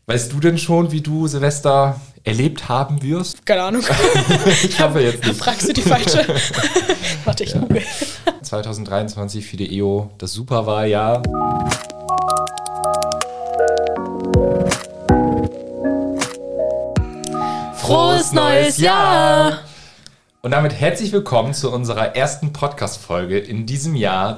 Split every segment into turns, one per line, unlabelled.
Weißt du denn schon, wie du Silvester erlebt haben wirst?
Keine Ahnung.
Ich hoffe jetzt nicht.
Fragst du die falsche? Warte, ich google.
2023 für die EO das Superwahljahr.
Frohes neues Jahr!
Und damit herzlich willkommen zu unserer ersten Podcast-Folge in diesem Jahr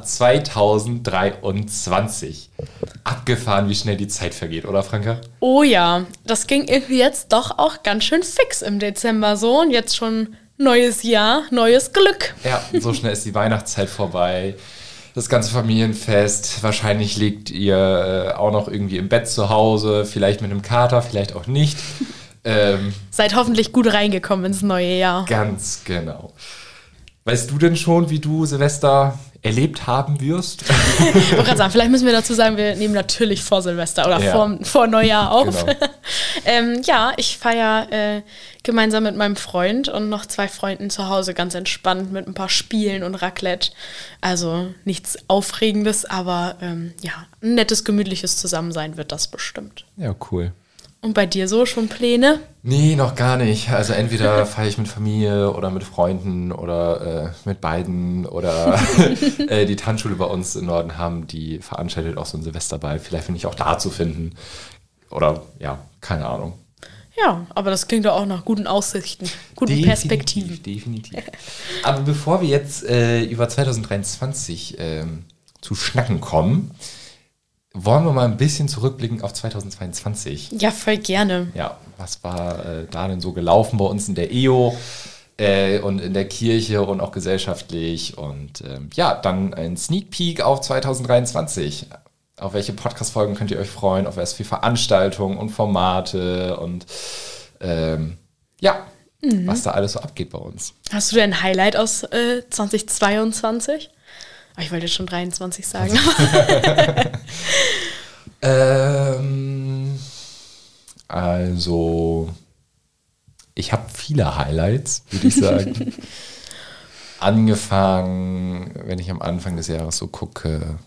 2023. Abgefahren, wie schnell die Zeit vergeht, oder Franka?
Oh ja, das ging irgendwie jetzt doch auch ganz schön fix im Dezember so. Und jetzt schon neues Jahr, neues Glück.
Ja, so schnell ist die Weihnachtszeit vorbei. Das ganze Familienfest. Wahrscheinlich liegt ihr auch noch irgendwie im Bett zu Hause. Vielleicht mit einem Kater, vielleicht auch nicht.
Seid hoffentlich gut reingekommen ins neue Jahr.
Ganz genau. Weißt du denn schon, wie du Silvester erlebt haben wirst?
Ich wollte gerade sagen, vielleicht müssen wir dazu sagen, wir nehmen natürlich vor Silvester oder vor Neujahr auf.
Genau.
Ja, ich feiere gemeinsam mit meinem Freund und noch 2 Freunden zu Hause ganz entspannt mit ein paar Spielen und Raclette. Also nichts Aufregendes, aber ein nettes, gemütliches Zusammensein wird das bestimmt.
Ja, cool.
Und bei dir so schon Pläne?
Nee, noch gar nicht. Also entweder feiere ich mit Familie oder mit Freunden oder mit beiden oder die Tanzschule bei uns im Norden haben, die veranstaltet auch so einen Silvesterball. Vielleicht bin ich auch da zu finden. Oder ja, keine Ahnung.
Ja, aber das klingt doch auch nach guten Aussichten, guten Perspektiven.
Definitiv. Aber bevor wir jetzt über 2023 zu schnacken kommen, wollen wir mal ein bisschen zurückblicken auf 2022.
Ja, voll gerne.
Ja, was war da denn so gelaufen bei uns in der EO und in der Kirche und auch gesellschaftlich? Und dann ein Sneak Peek auf 2023. Auf welche Podcast-Folgen könnt ihr euch freuen? Auf was für Veranstaltungen und Formate und was da alles so abgeht bei uns.
Hast du denn ein Highlight aus 2022? Ich wollte jetzt schon 23 sagen.
Also, ich habe viele Highlights, würde ich sagen. Angefangen, wenn ich am Anfang des Jahres so gucke,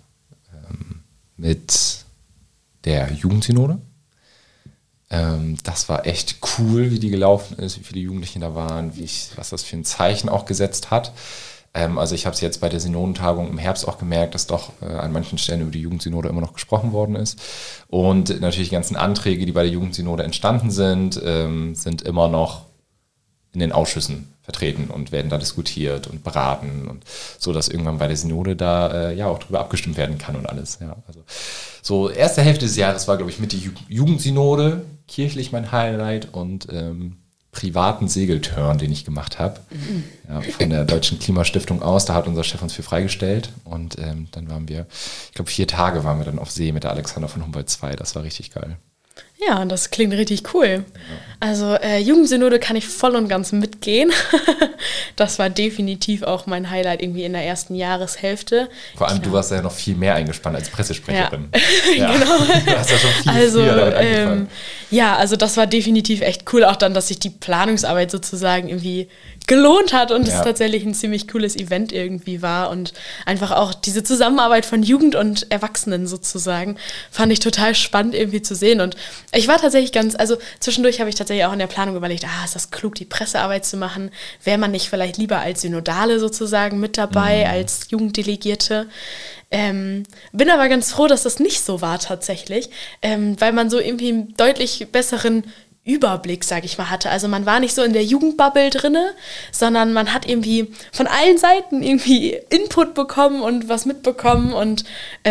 mit der Jugendsynode. Das war echt cool, wie die gelaufen ist, wie viele Jugendliche da waren, was das für ein Zeichen auch gesetzt hat. Also ich habe es jetzt bei der Synodentagung im Herbst auch gemerkt, dass doch an manchen Stellen über die Jugendsynode immer noch gesprochen worden ist. Und natürlich die ganzen Anträge, die bei der Jugendsynode entstanden sind, sind immer noch in den Ausschüssen vertreten und werden da diskutiert und beraten und so, dass irgendwann bei der Synode da auch drüber abgestimmt werden kann und alles. Ja, also so erste Hälfte des Jahres war, glaube ich, mit der Jugendsynode kirchlich mein Highlight und privaten Segeltörn, den ich gemacht habe, von der Deutschen Klimastiftung aus. Da hat unser Chef uns für freigestellt und dann waren wir, ich glaube 4 Tage waren wir dann auf See mit der Alexander von Humboldt 2. Das war richtig geil.
Ja, das klingt richtig cool. Ja. Also Jugendsynode kann ich voll und ganz mitgehen. Das war definitiv auch mein Highlight irgendwie in der ersten Jahreshälfte.
Vor allem, du warst ja noch viel mehr eingespannt als Pressesprecherin.
Ja. Genau.
Du hast ja schon viel früher damit angefangen.
Also das war definitiv echt cool, auch dann, dass sich die Planungsarbeit sozusagen irgendwie gelohnt hat und es tatsächlich ein ziemlich cooles Event irgendwie war und einfach auch diese Zusammenarbeit von Jugend und Erwachsenen sozusagen fand ich total spannend irgendwie zu sehen und ich war tatsächlich zwischendurch habe ich tatsächlich auch in der Planung überlegt, ist das klug, die Pressearbeit zu machen, wäre man nicht vielleicht lieber als Synodale sozusagen mit dabei, als Jugenddelegierte. Bin aber ganz froh, dass das nicht so war tatsächlich, weil man so irgendwie einen deutlich besseren Überblick, sag ich mal, hatte. Also man war nicht so in der Jugendbubble drinne, sondern man hat irgendwie von allen Seiten irgendwie Input bekommen und was mitbekommen und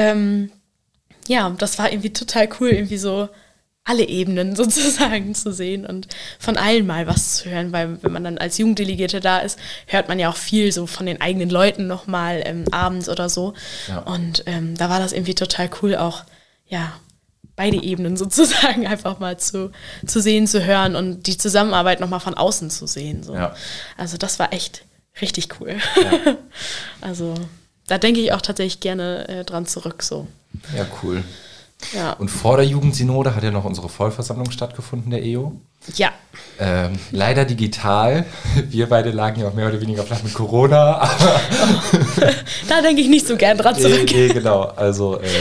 das war irgendwie total cool, irgendwie so alle Ebenen sozusagen zu sehen und von allen mal was zu hören, weil wenn man dann als Jugenddelegierte da ist, hört man ja auch viel so von den eigenen Leuten nochmal abends oder so. Ja. Und da war das irgendwie total cool, auch beide Ebenen sozusagen einfach mal zu sehen, zu hören und die Zusammenarbeit nochmal von außen zu sehen. So. Ja. Also das war echt richtig cool. Ja. Also da denke ich auch tatsächlich gerne dran zurück. So.
Ja, cool. Ja. Und vor der Jugendsynode hat ja noch unsere Vollversammlung stattgefunden, der EO.
Ja.
Leider digital. Wir beide lagen ja auch mehr oder weniger flach mit Corona. Aber
da denke ich nicht so gern dran zurück.
Nee, genau. Also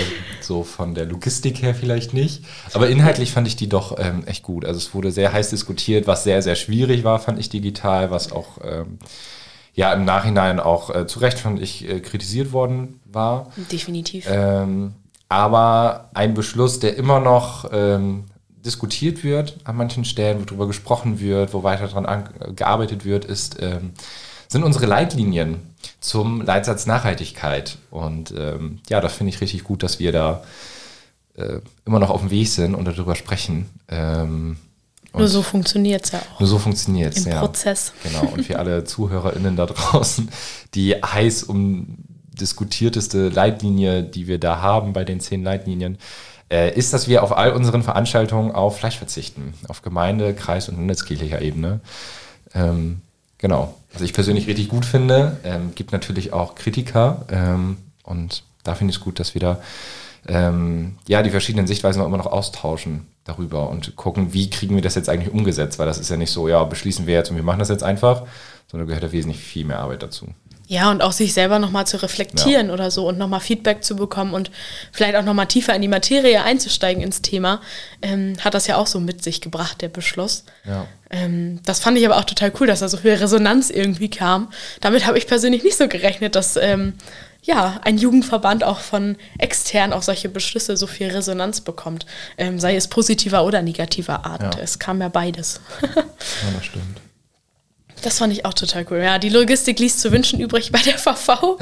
so von der Logistik her vielleicht nicht. Aber inhaltlich fand ich die doch echt gut. Also es wurde sehr heiß diskutiert, was sehr, sehr schwierig war, fand ich digital, was auch im Nachhinein auch zu Recht, fand ich, kritisiert worden war.
Definitiv.
Aber ein Beschluss, der immer noch diskutiert wird an manchen Stellen, wo drüber gesprochen wird, wo weiter dran gearbeitet wird, sind unsere Leitlinien zum Leitsatz Nachhaltigkeit. Und das finde ich richtig gut, dass wir da immer noch auf dem Weg sind und darüber sprechen.
Nur so funktioniert es ja auch.
Nur so funktioniert es,
ja. Im Prozess.
Genau, und für alle ZuhörerInnen da draußen, die heiß diskutierteste Leitlinie, die wir da haben bei den 10 Leitlinien, ist, dass wir auf all unseren Veranstaltungen auf Fleisch verzichten. Auf Gemeinde-, Kreis- und landeskirchlicher Ebene. Genau. Was ich persönlich richtig gut finde, gibt natürlich auch Kritiker. Und da finde ich es gut, dass wir da die verschiedenen Sichtweisen auch immer noch austauschen darüber und gucken, wie kriegen wir das jetzt eigentlich umgesetzt, weil das ist ja nicht so, beschließen wir jetzt und wir machen das jetzt einfach, sondern gehört da wesentlich viel mehr Arbeit dazu.
Ja, und auch sich selber nochmal zu reflektieren oder so und nochmal Feedback zu bekommen und vielleicht auch nochmal tiefer in die Materie einzusteigen ins Thema, hat das ja auch so mit sich gebracht, der Beschluss.
Ja.
Das fand ich aber auch total cool, dass da so viel Resonanz irgendwie kam. Damit habe ich persönlich nicht so gerechnet, dass ein Jugendverband auch von extern auf solche Beschlüsse so viel Resonanz bekommt. Sei es positiver oder negativer Art. Ja. Es kam ja beides.
Ja, das stimmt.
Das fand ich auch total cool. Ja, die Logistik ließ zu wünschen übrig bei der VV.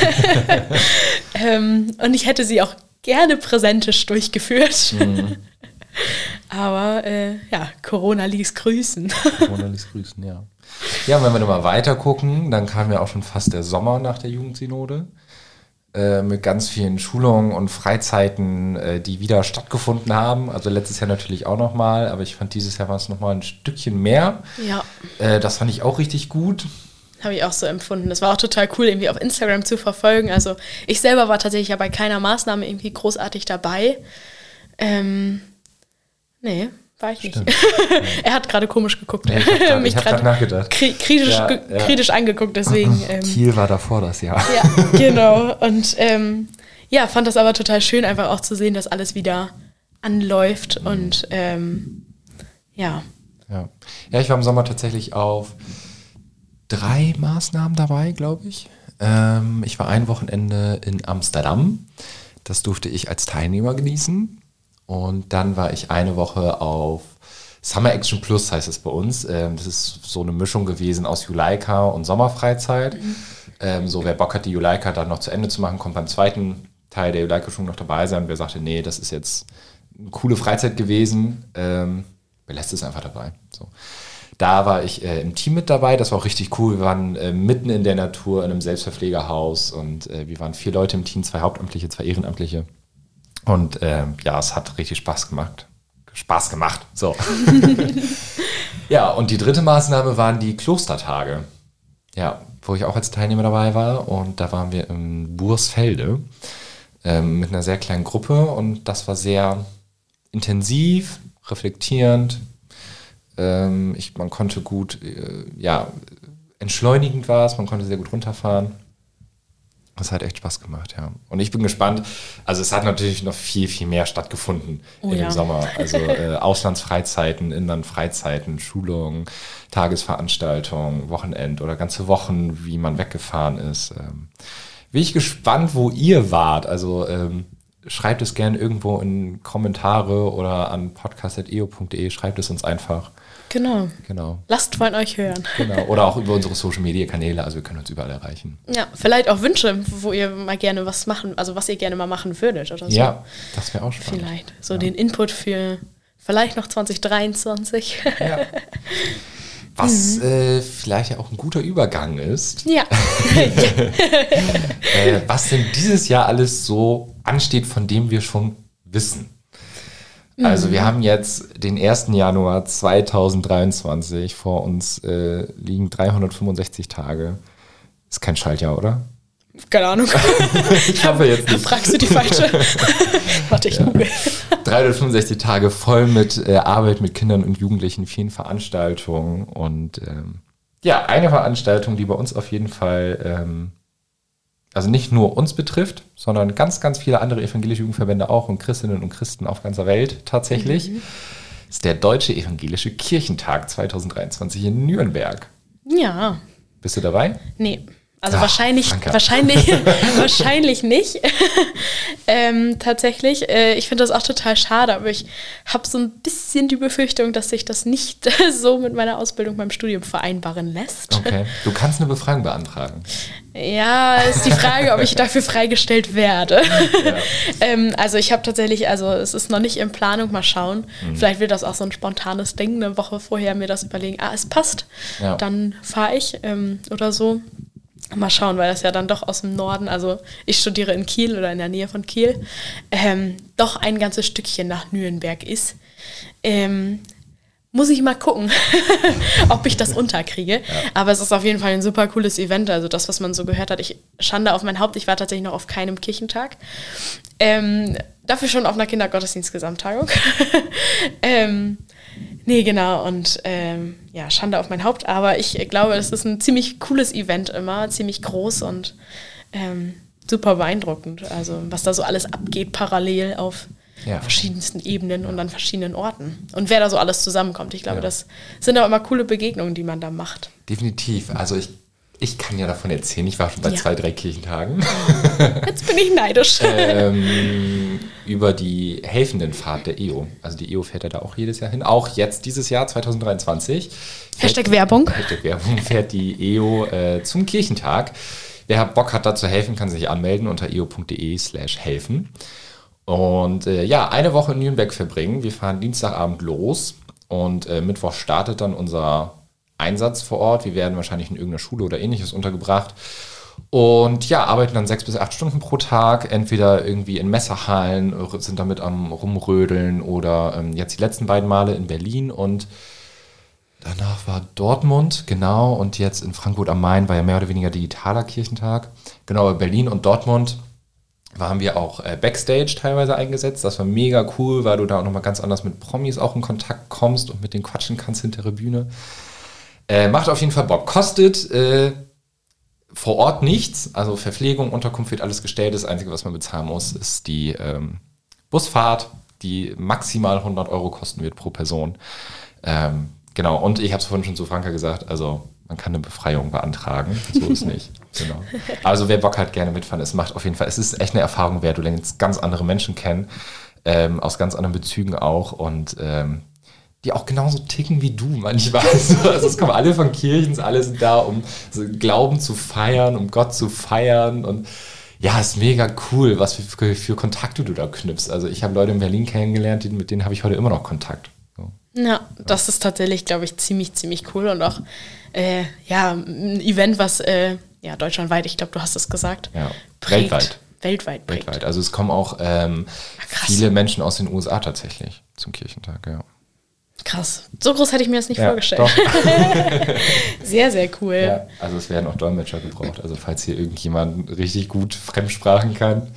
Und ich hätte sie auch gerne präsentisch durchgeführt. Mhm. Aber Corona ließ grüßen.
Corona ließ grüßen, ja. Ja, und wenn wir nochmal weiter gucken, dann kam ja auch schon fast der Sommer nach der Jugendsynode. Mit ganz vielen Schulungen und Freizeiten, die wieder stattgefunden haben. Also letztes Jahr natürlich auch nochmal, aber ich fand, dieses Jahr war es nochmal ein Stückchen mehr.
Ja.
Das fand ich auch richtig gut.
Habe ich auch so empfunden. Das war auch total cool, irgendwie auf Instagram zu verfolgen. Also ich selber war tatsächlich ja bei keiner Maßnahme irgendwie großartig dabei. Nee, war ich nicht. Er hat gerade komisch geguckt.
Ja, ich habe gerade nachgedacht.
Kritisch angeguckt, deswegen.
Kiel war davor das Jahr.
Ja, genau. Und fand das aber total schön, einfach auch zu sehen, dass alles wieder anläuft. Und
Ja, ich war im Sommer tatsächlich auf 3 Maßnahmen dabei, glaube ich. Ich war ein Wochenende in Amsterdam. Das durfte ich als Teilnehmer genießen. Und dann war ich eine Woche auf Summer Action Plus, heißt es bei uns. Das ist so eine Mischung gewesen aus Juleika und Sommerfreizeit. Mhm. Wer Bock hat, die Juleika dann noch zu Ende zu machen, kommt beim zweiten Teil der Juleika-Schulung noch dabei sein. Wer sagte, nee, das ist jetzt eine coole Freizeit gewesen, belässt es einfach dabei. So. Da war ich im Team mit dabei, das war auch richtig cool. Wir waren mitten in der Natur, in einem Selbstverpflegerhaus und wir waren 4 Leute im Team, 2 Hauptamtliche, 2 Ehrenamtliche. Und es hat richtig Spaß gemacht. So. Ja, und die 3. Maßnahme waren die Klostertage. Ja, wo ich auch als Teilnehmer dabei war. Und da waren wir in Bursfelde mit einer sehr kleinen Gruppe. Und das war sehr intensiv, reflektierend. Man konnte gut, entschleunigend war es. Man konnte sehr gut runterfahren. Das hat echt Spaß gemacht, ja. Und ich bin gespannt. Also es hat natürlich noch viel, viel mehr stattgefunden im Sommer. Also Auslandsfreizeiten, Inlandfreizeiten, Schulungen, Tagesveranstaltungen, Wochenend oder ganze Wochen, wie man weggefahren ist. Bin ich gespannt, wo ihr wart. Also schreibt es gerne irgendwo in Kommentare oder an podcast.eo.de. Schreibt es uns einfach.
Genau. Lasst von euch hören.
Genau. Oder auch über unsere Social-Media-Kanäle. Also wir können uns überall erreichen.
Ja, vielleicht auch Wünsche, wo ihr mal gerne was machen, also was ihr gerne mal machen würdet oder so.
Ja, das wäre auch spannend.
Vielleicht. So den Input für vielleicht noch 2023.
Ja. Was vielleicht ja auch ein guter Übergang ist.
Ja.
Was denn dieses Jahr alles so ansteht, von dem wir schon wissen. Also wir haben jetzt den 1. Januar 2023, vor uns liegen 365 Tage. Ist kein Schaltjahr, oder?
Keine Ahnung.
Ich hoffe jetzt nicht.
Fragst du die falsche? Warte, ich google.
365 Tage voll mit Arbeit mit Kindern und Jugendlichen, vielen Veranstaltungen. Und eine Veranstaltung, die bei uns auf jeden Fall also nicht nur uns betrifft, sondern ganz, ganz viele andere evangelische Jugendverbände auch und Christinnen und Christen auf ganzer Welt tatsächlich, ist der Deutsche Evangelische Kirchentag 2023 in Nürnberg.
Ja.
Bist du dabei?
Nee. Also wahrscheinlich nicht. Tatsächlich. Ich finde das auch total schade, aber ich habe so ein bisschen die Befürchtung, dass sich das nicht so mit meiner Ausbildung beim Studium vereinbaren lässt.
Okay. Du kannst eine Befragung beantragen.
Ja, ist die Frage, ob ich dafür freigestellt werde. Ja. Also ich habe tatsächlich, also es ist noch nicht in Planung, mal schauen. Vielleicht wird das auch so ein spontanes Ding, eine Woche vorher mir das überlegen, es passt, dann fahre ich oder so. Mal schauen, weil das ja dann doch aus dem Norden, also ich studiere in Kiel oder in der Nähe von Kiel, doch ein ganzes Stückchen nach Nürnberg ist. Muss ich mal gucken, ob ich das unterkriege. Ja. Aber es ist auf jeden Fall ein super cooles Event. Also das, was man so gehört hat. Schande auf mein Haupt, ich war tatsächlich noch auf keinem Kirchentag. Dafür schon auf einer Kindergottesdienst-Gesamttagung. Nee, genau. Und Schande auf mein Haupt. Aber ich glaube, es ist ein ziemlich cooles Event immer. Ziemlich groß und super beeindruckend. Also was da so alles abgeht parallel auf verschiedensten Ebenen und an verschiedenen Orten. Und wer da so alles zusammenkommt. Ich glaube, das sind auch immer coole Begegnungen, die man da macht.
Definitiv. Also ich kann ja davon erzählen. Ich war schon bei 2-3 Kirchentagen.
Jetzt bin ich neidisch.
Über die Helfendenfahrt der EO. Also die EO fährt ja da auch jedes Jahr hin. Auch jetzt dieses Jahr, 2023.
Werbung.
Werbung fährt die EO zum Kirchentag. Wer Bock hat, da zu helfen, kann sich anmelden unter eo.de/helfen. Und eine Woche in Nürnberg verbringen. Wir fahren Dienstagabend los und Mittwoch startet dann unser Einsatz vor Ort. Wir werden wahrscheinlich in irgendeiner Schule oder ähnliches untergebracht und arbeiten dann 6 bis 8 Stunden pro Tag, entweder irgendwie in Messerhallen, sind damit am Rumrödeln oder jetzt die letzten beiden Male in Berlin und danach war Dortmund, genau, und jetzt in Frankfurt am Main war ja mehr oder weniger digitaler Kirchentag. Genau, Berlin und Dortmund waren wir auch Backstage teilweise eingesetzt. Das war mega cool, weil du da auch nochmal ganz anders mit Promis auch in Kontakt kommst und mit denen quatschen kannst hinter der Bühne. Macht auf jeden Fall Bock. Kostet vor Ort nichts. Also Verpflegung, Unterkunft wird alles gestellt. Das Einzige, was man bezahlen muss, ist die Busfahrt, die maximal 100 € kosten wird pro Person. Genau, und ich habe es vorhin schon zu Franka gesagt, also man kann eine Befreiung beantragen. So ist nicht. Genau. Also wer Bock hat, gerne mitfahren. Es macht auf jeden Fall, es ist echt eine Erfahrung wert. Du lernst ganz andere Menschen kennen, aus ganz anderen Bezügen auch und die auch genauso ticken wie du manchmal. Also es kommen alle von Kirchen, alle sind da, um so Glauben zu feiern, um Gott zu feiern und ja, ist mega cool, was für Kontakte du da knüpfst. Also ich habe Leute in Berlin kennengelernt, mit denen habe ich heute immer noch Kontakt. So.
Ja, das ist tatsächlich, glaube ich, ziemlich cool und auch ein Event, was deutschlandweit, ich glaube, du hast es gesagt,
prägt.
Weltweit.
Also es kommen auch viele Menschen aus den USA tatsächlich zum Kirchentag, ja.
Krass. So groß hätte ich mir das nicht vorgestellt. Sehr, sehr cool.
Ja, also es werden auch Dolmetscher gebraucht. Also falls hier irgendjemand richtig gut Fremdsprachen kann,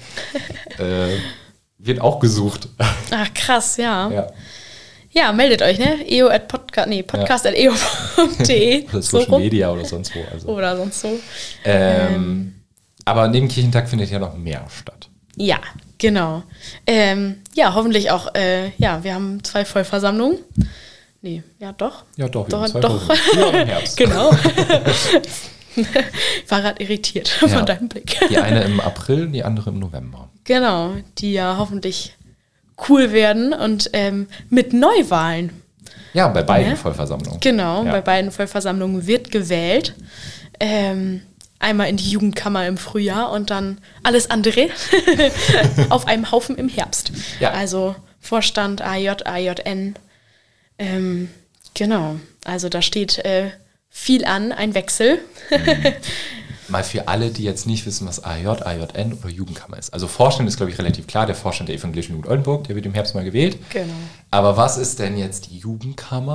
wird auch gesucht.
Ach, krass, ja. Ja, meldet euch, ne? podcast.eo.de.
Oder Social Media oder sonst wo. Also.
Oder sonst so.
Aber neben Kirchentag findet ja noch mehr statt.
Ja, genau. Hoffentlich auch, wir haben 2 Vollversammlungen. Nee, ja doch.
Ja doch,
doch.
Ja, im Herbst.
Genau. Ich war gerade irritiert von deinem Blick.
Die eine im April, die andere im November.
Genau, die ja hoffentlich cool werden und mit Neuwahlen.
Ja, bei beiden Vollversammlungen.
Genau, bei beiden Vollversammlungen wird gewählt. Einmal in die Jugendkammer im Frühjahr und dann alles andere auf einem Haufen im Herbst. Ja. Also Vorstand, AJ, AJN. Genau, also da steht viel an, ein Wechsel.
Mal für alle, die jetzt nicht wissen, was AJ, AJN oder Jugendkammer ist. Also Vorstand ist, glaube ich, relativ klar, der Vorstand der Evangelischen Jugend Oldenburg, der wird im Herbst mal gewählt.
Genau.
Aber was ist denn jetzt die Jugendkammer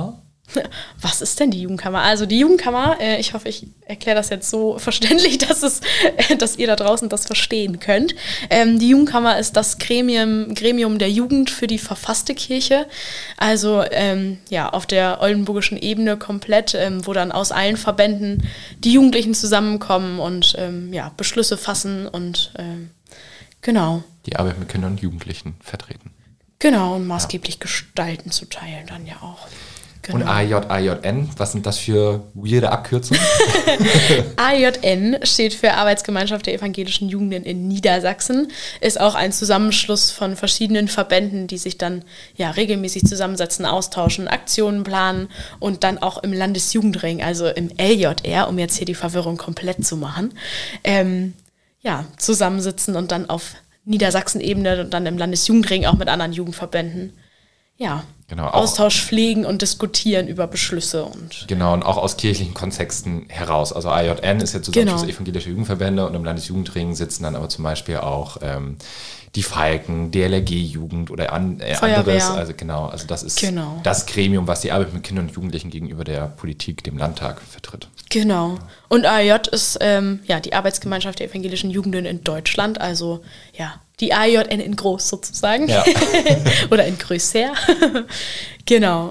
Was ist denn die Jugendkammer? Also die Jugendkammer, ich hoffe, ich erkläre das jetzt so verständlich, dass ihr da draußen das verstehen könnt. Die Jugendkammer ist das Gremium der Jugend für die verfasste Kirche. Also auf der oldenburgischen Ebene komplett, wo dann aus allen Verbänden die Jugendlichen zusammenkommen und Beschlüsse fassen und genau.
Die Arbeit mit Kindern und Jugendlichen vertreten.
Genau, und maßgeblich gestalten zu teilen dann ja auch. Genau.
Und AJN, was sind das für weirde Abkürzungen?
AJN steht für Arbeitsgemeinschaft der evangelischen Jugenden in Niedersachsen, ist auch ein Zusammenschluss von verschiedenen Verbänden, die sich dann regelmäßig zusammensetzen, austauschen, Aktionen planen und dann auch im Landesjugendring, also im LJR, um jetzt hier die Verwirrung komplett zu machen, zusammensitzen und dann auf Niedersachsen-Ebene und dann im Landesjugendring auch mit anderen Jugendverbänden genau, Austausch pflegen und diskutieren über Beschlüsse. Und
auch aus kirchlichen Kontexten heraus. Also AJN ist ja Zusammenschluss evangelischer Jugendverbände und im Landesjugendring sitzen dann aber zum Beispiel auch die Falken, DLRG-Jugend oder anderes. Also das ist das Gremium, was die Arbeit mit Kindern und Jugendlichen gegenüber der Politik, dem Landtag vertritt.
Genau. Und AJ ist die Arbeitsgemeinschaft der evangelischen Jugenden in Deutschland, also die AJN in groß sozusagen. Ja. Oder in größer. Genau.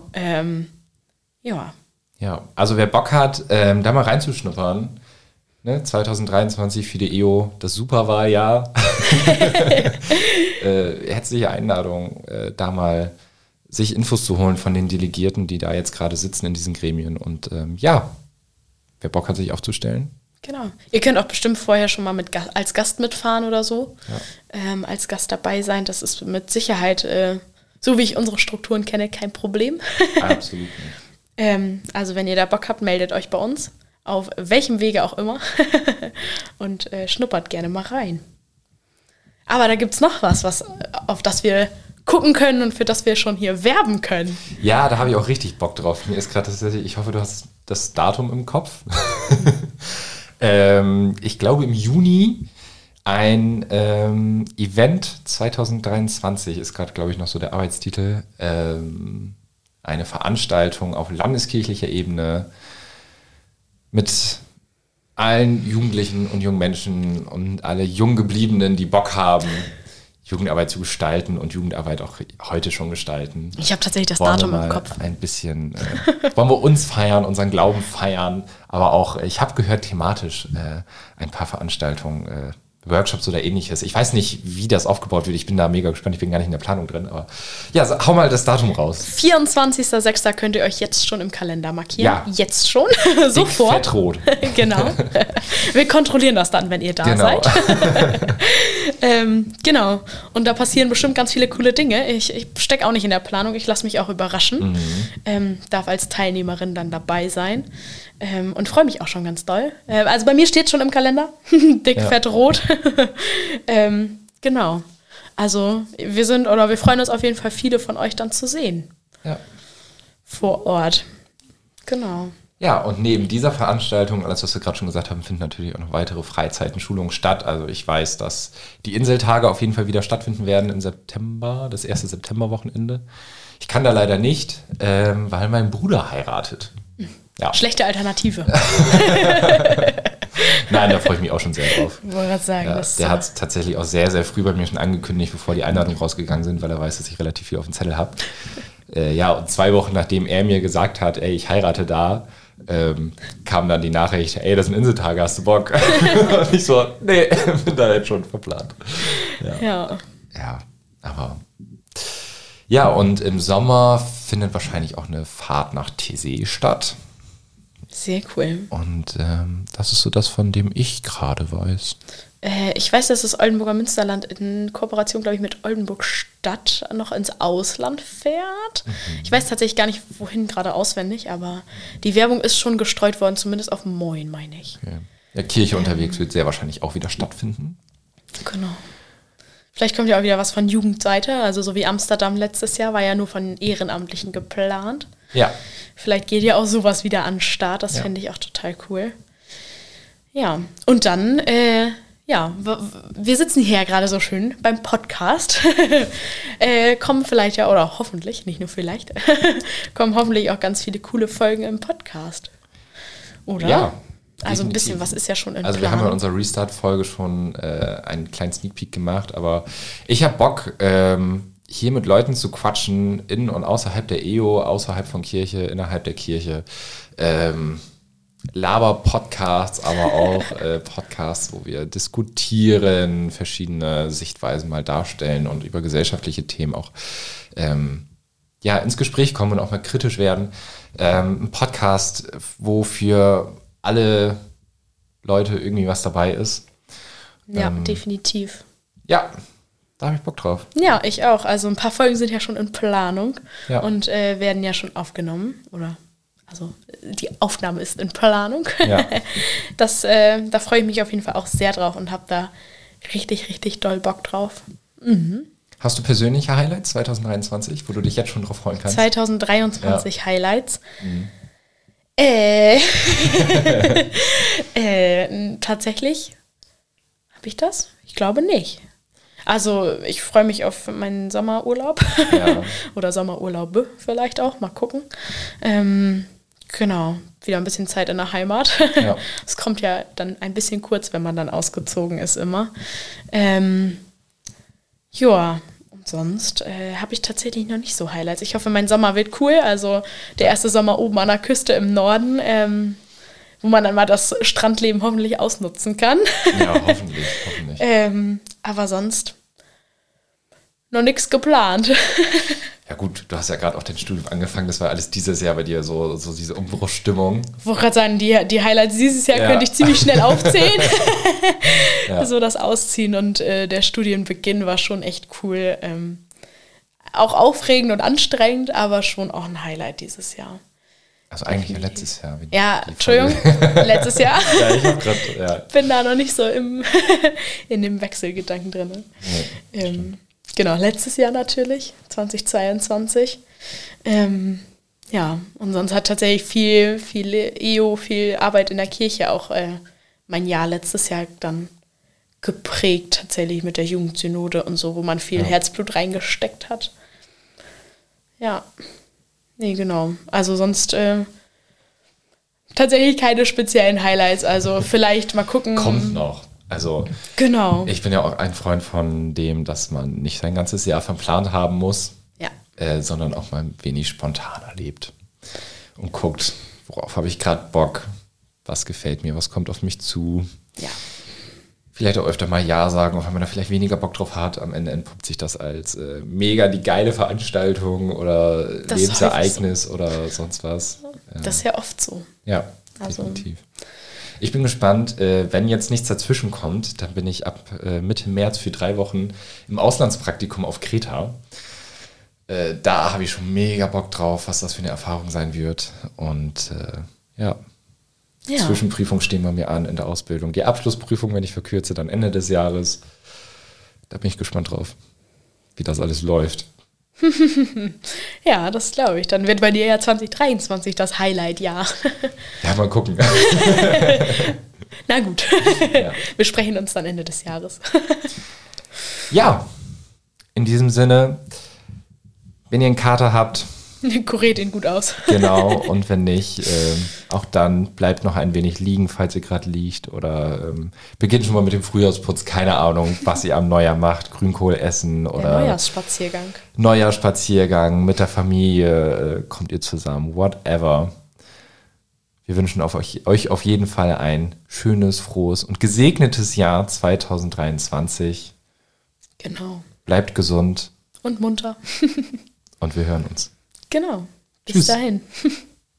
Ja, also wer Bock hat, da mal reinzuschnuppern, 2023 für die EO, das Superwahljahr. Herzliche Einladung, da mal sich Infos zu holen von den Delegierten, die da jetzt gerade sitzen in diesen Gremien. Und wer Bock hat, sich aufzustellen.
Genau. Ihr könnt auch bestimmt vorher schon mal als Gast mitfahren oder so. Ja. Als Gast dabei sein. Das ist mit Sicherheit, so wie ich unsere Strukturen kenne, kein Problem.
Absolut nicht.
Also wenn ihr da Bock habt, meldet euch bei uns. Auf welchem Wege auch immer. Und schnuppert gerne mal rein. Aber da gibt es noch was, auf das wir gucken können und für das wir schon hier werben können.
Ja, da habe ich auch richtig Bock drauf. Mir ist gerade tatsächlich, ich hoffe, du hast das Datum im Kopf. Ich glaube im Juni ein Event 2023 ist gerade, glaube ich, noch so der Arbeitstitel. Eine Veranstaltung auf landeskirchlicher Ebene mit allen Jugendlichen und jungen Menschen und alle Junggebliebenen, die Bock haben, Jugendarbeit zu gestalten und Jugendarbeit auch heute schon gestalten.
Ich habe tatsächlich das Datum im Kopf.
Ein bisschen, wollen wir uns feiern, unseren Glauben feiern, aber auch, ich habe gehört, thematisch ein paar Veranstaltungen, Workshops oder ähnliches. Ich weiß nicht, wie das aufgebaut wird. Ich bin da mega gespannt. Ich bin gar nicht in der Planung drin. Aber hau mal das Datum raus.
24.06. könnt ihr euch jetzt schon im Kalender markieren.
Ja.
Jetzt schon. Sofort.
Fettrot.
Genau. Wir kontrollieren das dann, wenn ihr da seid. Genau. Und da passieren bestimmt ganz viele coole Dinge. Ich stecke auch nicht in der Planung. Ich lasse mich auch überraschen. Darf als Teilnehmerin dann dabei sein. Und freue mich auch schon ganz doll. Also bei mir steht es schon im Kalender. Dick, fett, rot. Genau. Also wir freuen uns auf jeden Fall, viele von euch dann zu sehen.
Ja.
Vor Ort. Genau.
Ja, und neben dieser Veranstaltung, alles, was wir gerade schon gesagt haben, finden natürlich auch noch weitere Freizeiten, Schulungen statt. Also ich weiß, dass die Inseltage auf jeden Fall wieder stattfinden werden im September, das erste Septemberwochenende. Ich kann da leider nicht, weil mein Bruder heiratet. Ja.
Schlechte Alternative.
Nein, da freue ich mich auch schon sehr drauf.
Ich wollte gerade sagen,
der hat es tatsächlich auch sehr, sehr früh bei mir schon angekündigt, bevor die Einladungen rausgegangen sind, weil er weiß, dass ich relativ viel auf dem Zettel habe. Und 2 Wochen nachdem er mir gesagt hat, ich heirate da, kam dann die Nachricht, das sind Inseltage, hast du Bock? Und ich so, nee, bin da jetzt schon verplant. Ja, aber... Ja, und im Sommer findet wahrscheinlich auch eine Fahrt nach Tessé statt.
Sehr cool.
Und das ist so das, von dem ich gerade weiß.
Ich weiß, dass das Oldenburger Münsterland in Kooperation, glaube ich, mit Oldenburg-Stadt noch ins Ausland fährt. Ich weiß tatsächlich gar nicht, wohin gerade auswendig, aber die Werbung ist schon gestreut worden, zumindest auf Moin, meine ich. Okay.
Ja, Kirche unterwegs wird sehr wahrscheinlich auch wieder stattfinden.
Genau. Vielleicht kommt ja auch wieder was von Jugendseite, also so wie Amsterdam letztes Jahr, war ja nur von Ehrenamtlichen geplant.
Ja.
Vielleicht geht ja auch sowas wieder an den Start, das fände ich auch total cool. Ja, und dann Ja, wir sitzen hier ja gerade so schön beim Podcast. Kommen vielleicht ja, oder hoffentlich, nicht nur vielleicht, kommen hoffentlich auch ganz viele coole Folgen im Podcast. Oder?
Ja.
Also ein bisschen, was ist ja schon in Planung.
Also wir haben ja in unserer Restart-Folge schon einen kleinen Sneak Peek gemacht, aber ich habe Bock, hier mit Leuten zu quatschen, in und außerhalb der EO, außerhalb von Kirche, innerhalb der Kirche. Laber-Podcasts, aber auch Podcasts, wo wir diskutieren, verschiedene Sichtweisen mal darstellen und über gesellschaftliche Themen auch ins Gespräch kommen und auch mal kritisch werden. Ein Podcast, wo für alle Leute irgendwie was dabei ist.
Ja, definitiv.
Ja, da habe ich Bock drauf.
Ja, ich auch. Also ein paar Folgen sind ja schon in Planung und werden ja schon aufgenommen. Also die Aufnahme ist in Planung.
Ja.
Da freue ich mich auf jeden Fall auch sehr drauf und habe da richtig, richtig doll Bock drauf. Mhm.
Hast du persönliche Highlights 2023, wo du dich jetzt schon drauf freuen kannst?
2023 Highlights. Mhm. Tatsächlich habe ich das? Ich glaube nicht. Also ich freue mich auf meinen Sommerurlaub oder Sommerurlaube vielleicht auch, mal gucken. Genau, wieder ein bisschen Zeit in der Heimat. Ja. Es kommt ja dann ein bisschen kurz, wenn man dann ausgezogen ist immer. Und sonst habe ich tatsächlich noch nicht so Highlights. Ich hoffe, mein Sommer wird cool. Also der erste Sommer oben an der Küste im Norden, wo man dann mal das Strandleben hoffentlich ausnutzen kann.
Ja, hoffentlich.
Aber sonst noch nichts geplant.
Ja gut, du hast ja gerade auch dein Studium angefangen, das war alles dieses Jahr bei dir, so diese Umbruchsstimmung.
Ich wollte gerade sagen, die Highlights dieses Jahr könnte ich ziemlich schnell aufzählen. So das Ausziehen und der Studienbeginn war schon echt cool. Auch aufregend und anstrengend, aber schon auch ein Highlight dieses Jahr.
Also eigentlich ja letztes Jahr.
Ja, Entschuldigung, letztes Jahr.
Ja, ich hab grad,
bin da noch nicht so in dem Wechselgedanken drin. Nee, genau, letztes Jahr natürlich, 2022. Und sonst hat tatsächlich viel EO, viel Arbeit in der Kirche auch mein Jahr letztes Jahr dann geprägt, tatsächlich mit der Jugendsynode und so, wo man viel Herzblut reingesteckt hat. Ja, nee, genau. Also sonst tatsächlich keine speziellen Highlights, also vielleicht mal gucken.
Kommt noch. Also,
genau.
Ich bin ja auch ein Freund von dem, dass man nicht sein ganzes Jahr verplant haben muss, sondern auch mal ein wenig spontaner lebt und guckt, worauf habe ich gerade Bock, was gefällt mir, was kommt auf mich zu.
Ja.
Vielleicht auch öfter mal Ja sagen, auch wenn man da vielleicht weniger Bock drauf hat. Am Ende entpuppt sich das als mega die geile Veranstaltung oder das Lebensereignis so. Oder sonst was.
Das ist ja oft so.
Ja, definitiv. Ich bin gespannt, wenn jetzt nichts dazwischen kommt, dann bin ich ab Mitte März für 3 Wochen im Auslandspraktikum auf Kreta. Da habe ich schon mega Bock drauf, was das für eine Erfahrung sein wird. Und Zwischenprüfungen stehen bei mir an in der Ausbildung. Die Abschlussprüfung, wenn ich verkürze, dann Ende des Jahres. Da bin ich gespannt drauf, wie das alles läuft.
Ja, das glaube ich. Dann wird bei dir ja 2023 das Highlight-Jahr.
Ja, mal gucken.
Na gut, wir sprechen uns dann Ende des Jahres.
Ja, in diesem Sinne, wenn ihr einen Kater habt,
kuriert ihn gut aus.
Genau, und wenn nicht, auch dann bleibt noch ein wenig liegen, falls ihr gerade liegt oder beginnt schon mal mit dem Frühjahrsputz, keine Ahnung, was ihr am Neujahr macht, Grünkohl essen oder Neujahrsspaziergang mit der Familie, kommt ihr zusammen, whatever. Wir wünschen euch auf jeden Fall ein schönes, frohes und gesegnetes Jahr 2023.
Genau.
Bleibt gesund.
Und munter.
Und wir hören uns.
Genau. Bis dahin.